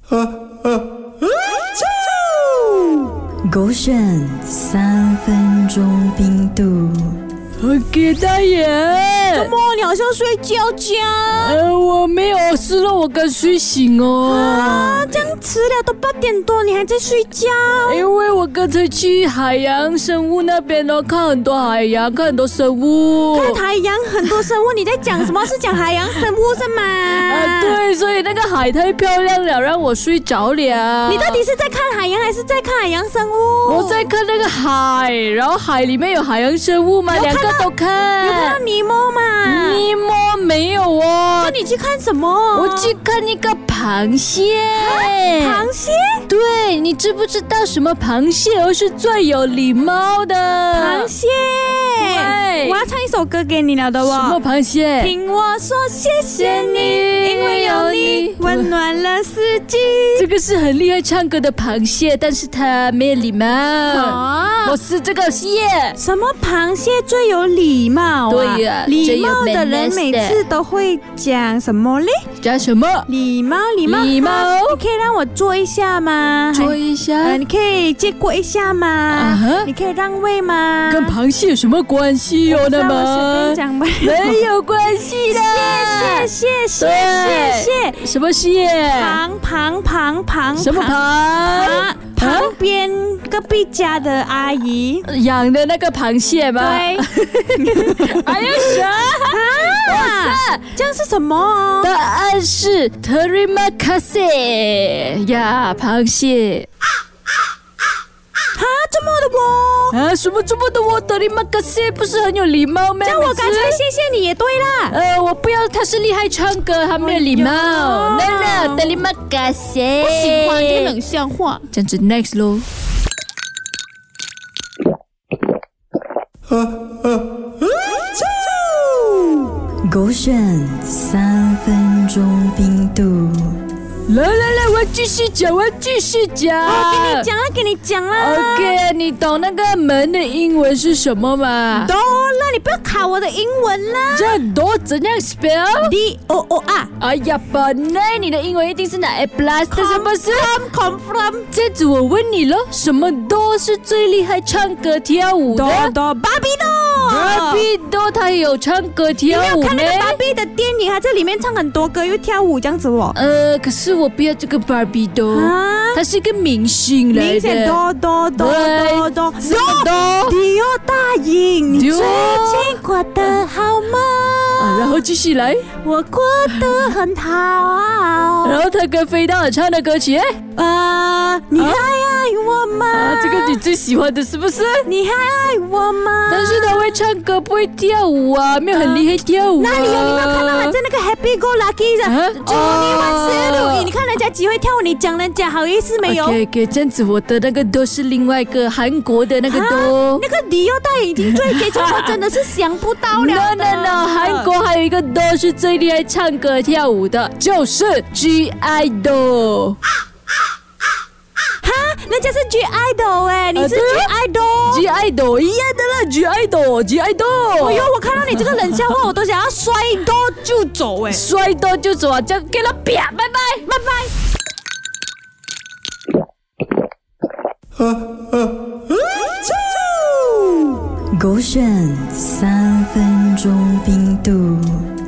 狗选3分钟冰度。 OK， 大爷。 怎么？你好像睡觉家？ 我没有，是了，我刚睡醒哦。 啊，这样迟了都8点多，你还在睡觉？ 因为我刚才去海洋生物那边哦，看很多海洋，看很多生物。 看海洋很多生物，你在讲什么？是讲海洋生物是吗？ 对，所以那个海太漂亮了，让我睡着了。 你到底是在看海洋还是在看海洋生物？ 我在看那个海，然后海里面有海洋生物嘛，两个都看。 有看到尼莫吗？ 尼莫没有哦。 那你去看什么？ 我去看一个螃蟹。 螃蟹？ 对，你知不知道什么螃蟹是最有礼貌的？ 螃蟹。 对， 我要唱一首歌给你了的哦。 什么螃蟹？ 听我说谢谢你，因为有你温暖了四季。 这个是很厉害唱歌的螃蟹，但是它没有礼貌。我是这个蟹。 什么螃蟹最有礼貌啊？ 对呀， 礼貌的人每次都会讲什么嘞？ 讲什么？ 礼貌。 你可以让我坐一下吗？ 坐一下。 你可以借过一下吗？你可以让位吗？ 跟螃蟹有什么关系哦？那么随便讲吧。 没有关系的。 谢。 什么蟹？ 旁。 什么旁？ 旁边隔壁家的阿姨养的那个螃蟹吗？ 对。 哎呀， 这样是什么？ 答案是 Terimakase 呀，螃蟹。 这么的我什么这么的我 Terimakase 不是很有礼貌吗？ 这样我刚才谢谢你也对啦。 我不要，他是厉害唱歌，他没有礼貌。No Terimakase 不喜欢这冷笑话。 这样子 next 咯。 狗选3分钟冰度。 来，我继续讲。 给你讲啦。 OK， 你懂那个门的英文是什么吗？ 懂了，你不要考我的英文啦。 这样多怎样 spell？ D-O-O-R。 哎呀，本来你的英文一定是拿 A plus 的，是不是 ？Confirm。 这样子我问你了，什么多是最厉害唱歌跳舞的？ 芭比多他也有唱歌跳舞。 你没有看那个芭比的电影，他在里面唱很多歌又跳舞这样子哦。 可是我不要这个芭比多，他是一个明星来的。 明星多。迪奥大颖，你最近过得好吗？ 然后继续来。 我过得很好。 然后他跟飞刀尔唱的歌曲， 你还爱我吗？ 这个你最喜欢的是不是？ 你还爱我吗？ 但是他会唱歌不会跳舞啊，没有很厉害跳舞。 哪里有？你没有看到他在那个 Happy Go Lucky 的祝你万事如意？你看人家几会跳舞，你讲人家好意思没有 ？OK， 这样子我的那个都是另外一个韩国的那个都。 那个迪奥大眼睛最给出，我真的是想不到了。 No， 韩国还有一个都是最厉害唱歌跳舞的，就是 G Idol。 人家是 G Idol 哎，你是 G Idol。G Idol 一样的啦 ，G Idol。 哎呦，我看到你这个冷笑话，我都想要摔多就走哎， 摔多就走啊，这样给他啪，拜拜。 狗选3分钟冰度。